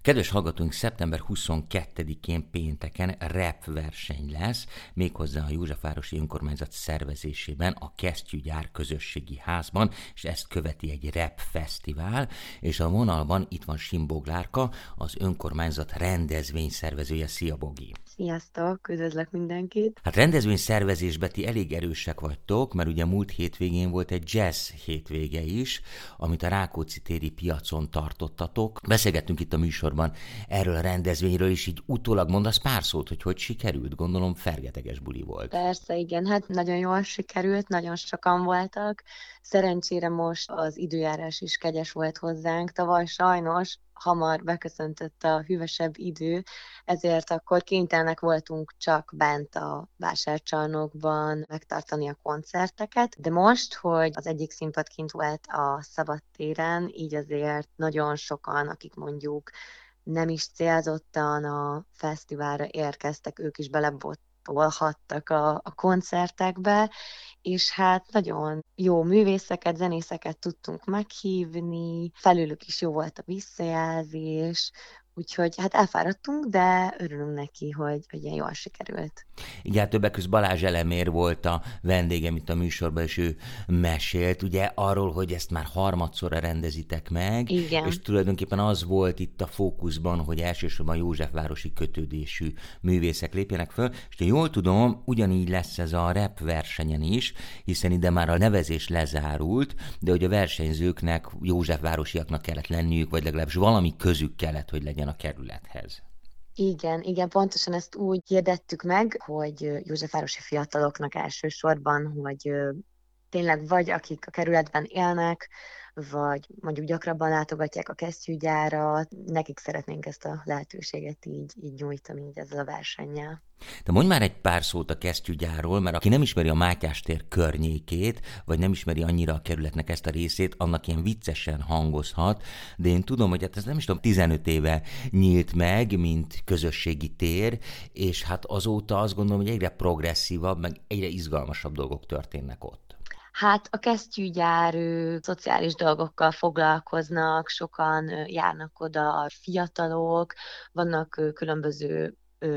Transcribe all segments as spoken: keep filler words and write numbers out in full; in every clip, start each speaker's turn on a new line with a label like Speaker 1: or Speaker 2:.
Speaker 1: Kedves hallgatóink, szeptember huszonkettedikén pénteken rap verseny lesz, méghozzá a Józsefvárosi Önkormányzat szervezésében a Kesztyűgyár közösségi házban, és ezt követi egy rap fesztivál, és a vonalban itt van Simbog Lárka, az önkormányzat rendezvényszervezője. Szia, Bogi!
Speaker 2: Sziasztok, üdvözlök mindenkit!
Speaker 1: Hát rendezvényszervezésben ti elég erősek vagytok, mert ugye múlt hétvégén volt egy jazz hétvége is, amit a Rákóczi téri piacon tartottatok. Beszélgettünk itt a műsorban erről a rendezvényről, és így utólag mondasz pár szót, hogy hogy sikerült? Gondolom fergeteges buli volt.
Speaker 2: Persze, igen, hát nagyon jól sikerült, nagyon sokan voltak. Szerencsére most az időjárás is kegyes volt hozzánk. Tavaly sajnos hamar beköszöntött a hűvösebb idő, ezért akkor kénytelenek voltunk csak bent a vásárcsarnokban megtartani a koncerteket, de most, hogy az egyik színpad kint volt a szabadtéren, így azért nagyon sokan, akik mondjuk nem is célzottan a fesztiválra érkeztek, ők is belebottolhattak a, a koncertekbe, és hát nagyon jó művészeket, zenészeket tudtunk meghívni, felőlük is jó volt a visszajelzés, úgyhogy hát elfáradtunk, de örülünk neki, hogy, hogy ilyen jól sikerült.
Speaker 1: Igen, hát többek között Balázs Elemér volt a vendégem itt a műsorban, és ő mesélt ugye arról, hogy ezt már harmadszorra rendezitek meg,
Speaker 2: Igen.
Speaker 1: És tulajdonképpen az volt itt a fókuszban, hogy elsősorban Józsefvárosi kötődésű művészek lépjenek föl, és jól tudom, ugyanígy lesz ez a rap versenyen is, hiszen ide már a nevezés lezárult, de hogy a versenyzőknek józsefvárosiaknak kellett lenniük, vagy legalábbis valami közük kellett, hogy legyen a kerülethez.
Speaker 2: Igen, igen, pontosan ezt úgy hirdettük meg, hogy józsefvárosi fiataloknak elsősorban, hogy tényleg vagy akik a kerületben élnek, vagy mondjuk gyakrabban látogatják a kesztyűgyárat, nekik szeretnénk ezt a lehetőséget így, így nyújtani így ezzel a versennyel.
Speaker 1: De mondj már egy pár szót a kesztyűgyárról, mert aki nem ismeri a Mátyás tér környékét, vagy nem ismeri annyira a kerületnek ezt a részét, annak ilyen viccesen hangozhat, de én tudom, hogy hát ez nem is tudom, tizenöt éve nyílt meg, mint közösségi tér, és hát azóta azt gondolom, hogy egyre progresszívabb, meg egyre izgalmasabb dolgok történnek ott.
Speaker 2: Hát a kesztyűgyár ő, szociális dolgokkal foglalkoznak, sokan járnak oda, fiatalok, vannak különböző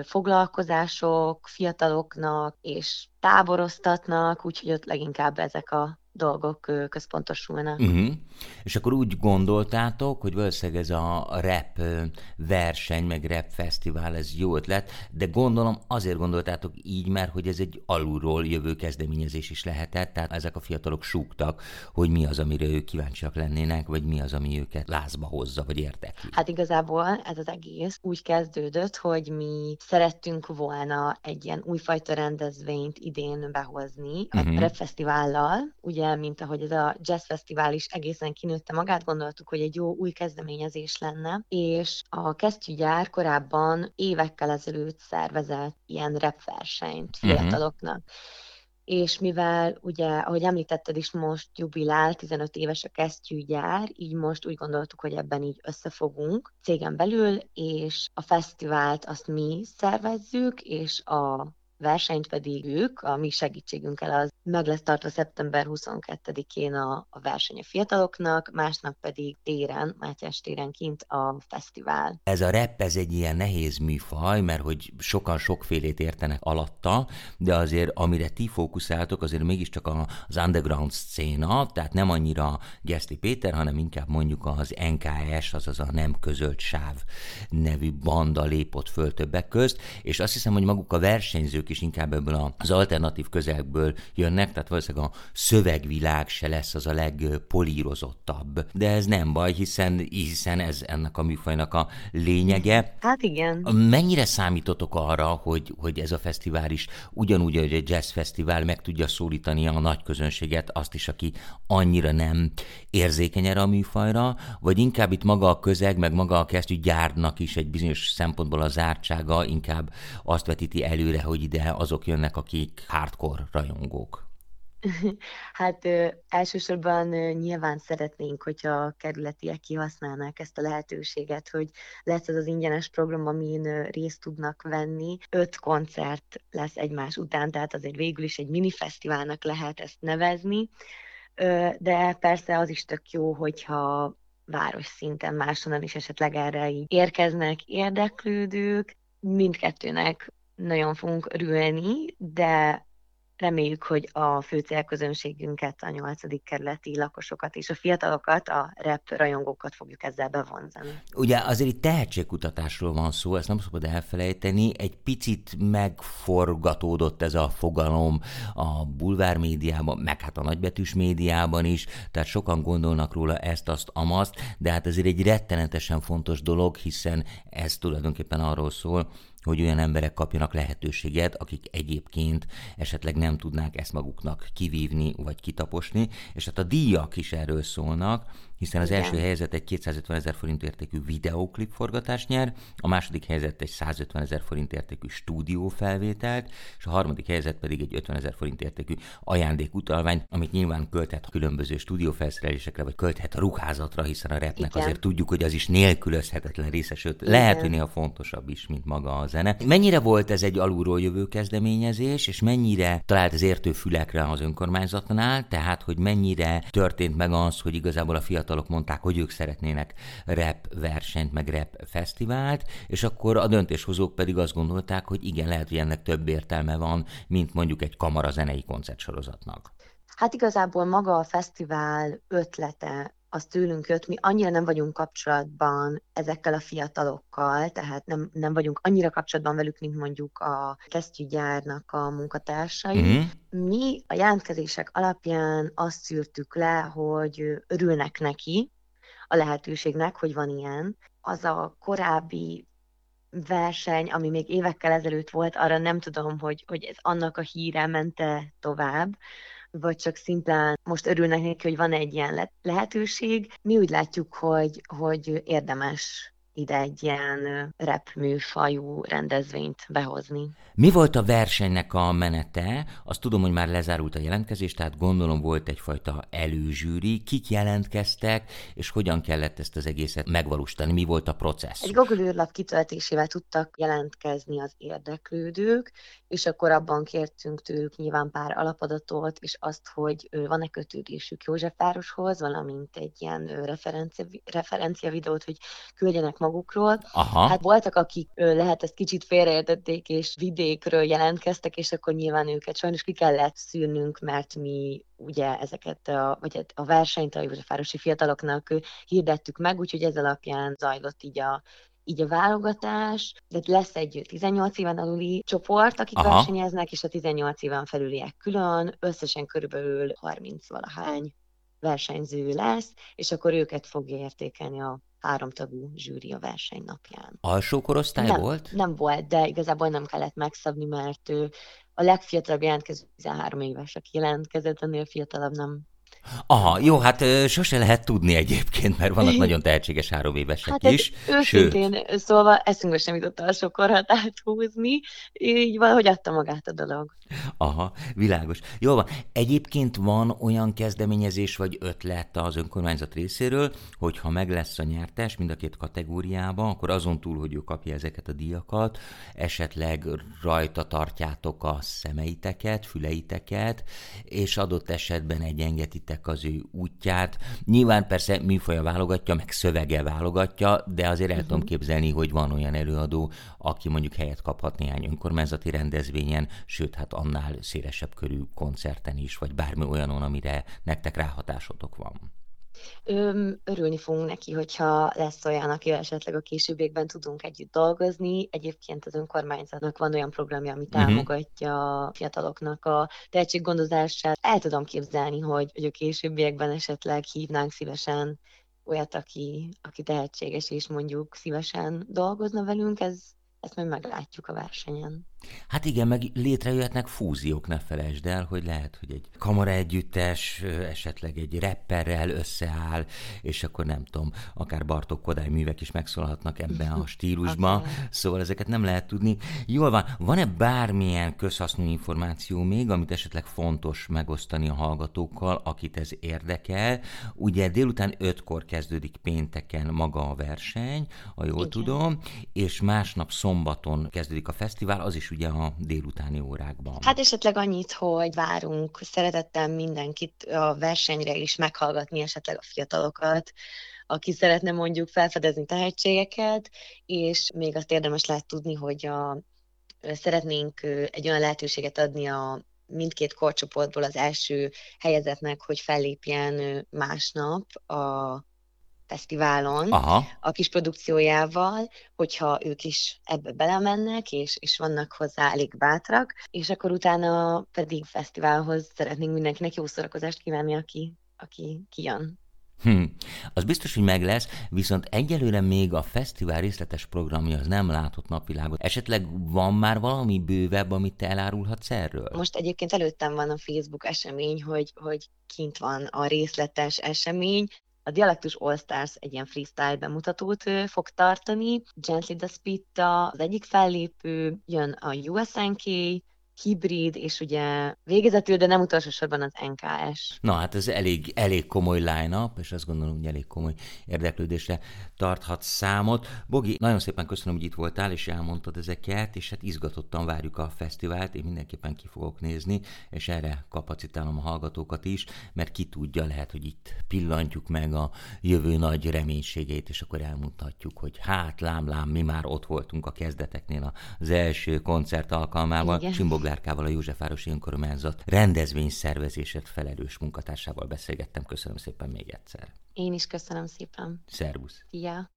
Speaker 2: foglalkozások fiataloknak, és táboroztatnak, úgyhogy ott leginkább ezek a dolgok központosulnak.
Speaker 1: Uh-huh. És akkor úgy gondoltátok, hogy valószínűleg ez a rap verseny, meg rap fesztivál, ez jó ötlet, de gondolom azért gondoltátok így, mert hogy ez egy alulról jövő kezdeményezés is lehetett, tehát ezek a fiatalok súgtak, hogy mi az, amire ők kíváncsiak lennének, vagy mi az, ami őket lázba hozza, vagy érdekli.
Speaker 2: Hát igazából ez az egész úgy kezdődött, hogy mi szerettünk volna egy ilyen újfajta rendezvényt idén behozni a uh-huh. rap fesztivállal, ugye mint ahogy ez a jazz fesztivál is egészen kinőtte magát, gondoltuk, hogy egy jó új kezdeményezés lenne, és a kesztyűgyár korábban évekkel ezelőtt szervezett ilyen rap versenyt fiataloknak. Uh-huh. És mivel ugye, ahogy említetted is, most jubilál, tizenöt éves a kesztyűgyár, így most úgy gondoltuk, hogy ebben így összefogunk cégen belül, és a fesztivált azt mi szervezzük, és a versenyt pedig ők, a mi segítségünkkel az meg lesz tartva szeptember huszonkettedikén a, a verseny a fiataloknak, másnap pedig téren, Mátyás téren kint a fesztivál.
Speaker 1: Ez a rap, ez egy ilyen nehéz műfaj, mert hogy sokan sokfélét értenek alatta, de azért amire ti fókuszáltok, azért mégiscsak az underground szcéna, tehát nem annyira Geszti Péter, hanem inkább mondjuk az en ká es, azaz a Nem Közölt Sáv nevű banda lépott föl többek közt, és azt hiszem, hogy maguk a versenyzők is inkább ebből az alternatív közelből jönnek, tehát valószínűleg a szövegvilág se lesz az a legpolírozottabb. De ez nem baj, hiszen, hiszen ez ennek a műfajnak a lényege.
Speaker 2: Hát igen.
Speaker 1: Mennyire számítotok arra, hogy, hogy ez a fesztivál is ugyanúgy, hogy egy jazz fesztivál meg tudja szólítani a nagy közönséget, azt is, aki annyira nem érzékeny erre a műfajra, vagy inkább itt maga a közeg, meg maga a kesztyűgyárnak is egy bizonyos szempontból a zártsága inkább azt vetíti előre, hogy ide azok jönnek, akik hardcore rajongók.
Speaker 2: Hát ö, elsősorban ö, nyilván szeretnénk, hogyha a kerületiek kihasználnák ezt a lehetőséget, hogy lesz ez az ingyenes program, amin ö, részt tudnak venni. Öt koncert lesz egymás után, tehát azért végül is egy mini fesztiválnak lehet ezt nevezni, ö, de persze az is tök jó, hogyha város szinten máshonnan is esetleg erre így érkeznek érdeklődők. Mindkettőnek nagyon fogunk örülni, de reméljük, hogy a fő célközönségünket, a nyolcadik kerületi lakosokat és a fiatalokat, a rap rajongókat fogjuk ezzel bevonzani.
Speaker 1: Ugye azért itt tehetségkutatásról van szó, ezt nem szabad elfelejteni. Egy picit megforgatódott ez a fogalom a bulvár médiában, meg hát a nagybetűs médiában is, tehát sokan gondolnak róla ezt, azt, amazt, de hát azért egy rettenetesen fontos dolog, hiszen ez tulajdonképpen arról szól, hogy olyan emberek kapjanak lehetőséget, akik egyébként esetleg nem tudnák ezt maguknak kivívni vagy kitaposni, és hát a díjak is erről szólnak, hiszen az Igen. első helyzet egy kétszázötven ezer forint értékű videóklip forgatást nyer, a második helyzet egy százötven ezer forint értékű stúdiófelvételt, és a harmadik helyzet pedig egy ötven ezer forint értékű ajándékutalványt, amit nyilván költhet a különböző stúdiófelszerelésekre, vagy költhet a ruházatra, hiszen a rapnek Igen. azért tudjuk, hogy az is nélkülözhetetlen része, sőt, Igen. lehet, hogy néha fontosabb is, mint maga a zene. Mennyire volt ez egy alulról jövő kezdeményezés, és mennyire talált az értő fülekre az önkormányzatnál, tehát, hogy mennyire történt meg az, hogy igazából a fiatalok mondták, hogy ők szeretnének rap versenyt, meg rap fesztivált, és akkor a döntéshozók pedig azt gondolták, hogy igen, lehet, hogy ennek több értelme van, mint mondjuk egy kamarazenei koncertsorozatnak.
Speaker 2: Hát igazából maga a fesztivál ötlete az tőlünk jött, mi annyira nem vagyunk kapcsolatban ezekkel a fiatalokkal, tehát nem, nem vagyunk annyira kapcsolatban velük, mint mondjuk a kesztyűgyárnak a munkatársai. Mm-hmm. Mi a jelentkezések alapján azt szűrtük le, hogy örülnek neki a lehetőségnek, hogy van ilyen. Az a korábbi verseny, ami még évekkel ezelőtt volt, arra nem tudom, hogy, hogy ez annak a híre mente tovább, vagy csak szimplán most örülnek neki, hogy van egy ilyen lehetőség. Mi úgy látjuk, hogy, hogy érdemes ide egy ilyen rap műfajú rendezvényt behozni.
Speaker 1: Mi volt a versenynek a menete? Azt tudom, hogy már lezárult a jelentkezés, tehát gondolom volt egyfajta előzsűri. Kik jelentkeztek, és hogyan kellett ezt az egészet megvalósítani? Mi volt a processz?
Speaker 2: Egy Google űrlap kitöltésével tudtak jelentkezni az érdeklődők, és akkor abban kértünk tőlük nyilván pár alapadatot, és azt, hogy van-e kötődésük Józsefvároshoz, valamint egy ilyen referencia, referencia videót, hogy küldjenek magukról.
Speaker 1: Aha.
Speaker 2: Hát voltak, akik lehet ezt kicsit félreértették, és vidékről jelentkeztek, és akkor nyilván őket sajnos ki kellett szűrnünk, mert mi ugye ezeket a, vagy a versenyt a józsefvárosi fiataloknak hirdettük meg, úgyhogy ez alapján zajlott így a így a válogatás, de lesz egy tizennyolc éven aluli csoport, akik Aha. versenyeznek, és a tizennyolc éven felüliek külön, összesen körülbelül harminc-valahány versenyző lesz, és akkor őket fogja értékelni a háromtagú zsűri a verseny napján.
Speaker 1: Alsó korosztály
Speaker 2: nem,
Speaker 1: volt?
Speaker 2: Nem volt, de igazából nem kellett megszabni, mert a legfiatalabb jelentkező tizenhárom éves, aki jelentkezett, ennél fiatalabb nem.
Speaker 1: Aha, jó, hát ö, sose lehet tudni egyébként, mert vannak nagyon tehetséges három évesek
Speaker 2: hát
Speaker 1: is.
Speaker 2: Őszintén Sőt. Szóval eszünkbe sem jutott alsó korhatárt húzni, így valahogy adta magát a dolog.
Speaker 1: Aha, világos. Jó van. Egyébként van olyan kezdeményezés vagy ötlet az önkormányzat részéről, hogy ha meg lesz a nyertes mind a két kategóriában, akkor azon túl, hogy ő kapja ezeket a díjakat, esetleg rajta tartjátok a szemeiteket, füleiteket, és adott esetben egyengetitek az ő útját. Nyilván persze műfaja válogatja, meg szövege válogatja, de azért el uh-huh. tudom képzelni, hogy van olyan előadó, aki mondjuk helyet kaphat néhány önkormányzati rendezvényen, sőt, hát annál szélesebb körű koncerten is, vagy bármi olyanon, amire nektek ráhatásotok van.
Speaker 2: Öm, örülni fogunk neki, hogyha lesz olyan, aki esetleg a későbbiekben tudunk együtt dolgozni. Egyébként az önkormányzatnak van olyan programja, ami támogatja uh-huh. a fiataloknak a tehetséggondozását. El tudom képzelni, hogy, hogy a későbbiekben esetleg hívnánk szívesen olyat, aki, aki tehetséges, és mondjuk szívesen dolgozna velünk. Ez Ezt majd meglátjuk a versenyen.
Speaker 1: Hát igen, meg létrejöhetnek fúziók, ne felejtsd el, hogy lehet, hogy egy kamara együttes esetleg egy rapperrel összeáll, és akkor nem tudom, akár Bartók Kodály művek is megszólalhatnak ebben a stílusban, okay. Szóval ezeket nem lehet tudni. Jól van, van-e bármilyen közhasznú információ még, amit esetleg fontos megosztani a hallgatókkal, akit ez érdekel? Ugye délután ötkor kezdődik pénteken maga a verseny, ha jól igen. tudom, és másnap szombaton kezdődik a fesztivál, az is ugye a délutáni órákban.
Speaker 2: Hát esetleg annyit, hogy várunk szeretettel mindenkit a versenyre is meghallgatni, esetleg a fiatalokat, aki szeretne mondjuk felfedezni tehetségeket, és még azt érdemes lehet tudni, hogy a, szeretnénk egy olyan lehetőséget adni a mindkét korcsoportból az első helyezettnek, hogy fellépjen másnap a fesztiválon
Speaker 1: Aha.
Speaker 2: a kis produkciójával, hogyha ők is ebbe belemennek, és, és vannak hozzá elég bátrak, és akkor utána pedig fesztiválhoz szeretnénk mindenkinek jó szórakozást kívánni, aki, aki kijön.
Speaker 1: Hm. Az biztos, hogy meg lesz, viszont egyelőre még a fesztivál részletes programja az nem látott napvilágot. Esetleg van már valami bővebb, amit te elárulhatsz erről?
Speaker 2: Most egyébként előttem van a Facebook esemény, hogy, hogy kint van a részletes esemény. A Dialektus All Stars egy ilyen freestyle bemutatót fog tartani. Gently the Spitta az egyik fellépő, jön a U S N K, Hibrid, és ugye végezetül, de nem utolsó sorban az N K S.
Speaker 1: Na hát ez elég, elég komoly line-up, és azt gondolom, hogy elég komoly érdeklődésre tarthat számot. Bogi, nagyon szépen köszönöm, hogy itt voltál, és elmondtad ezeket, és hát izgatottan várjuk a fesztivált, én mindenképpen ki fogok nézni, és erre kapacitálom a hallgatókat is, mert ki tudja, lehet, hogy itt pillantjuk meg a jövő nagy reménységeit, és akkor elmondhatjuk, hogy hát lám-lám, mi már ott voltunk a kezdeteknél az első koncert alkalmával. Csimbog Lárkával, a Józsefvárosi Önkormányzat rendezvényszervezésért felelős munkatársával beszélgettem. Köszönöm szépen még egyszer.
Speaker 2: Én is köszönöm szépen.
Speaker 1: Szervusz.
Speaker 2: Szia.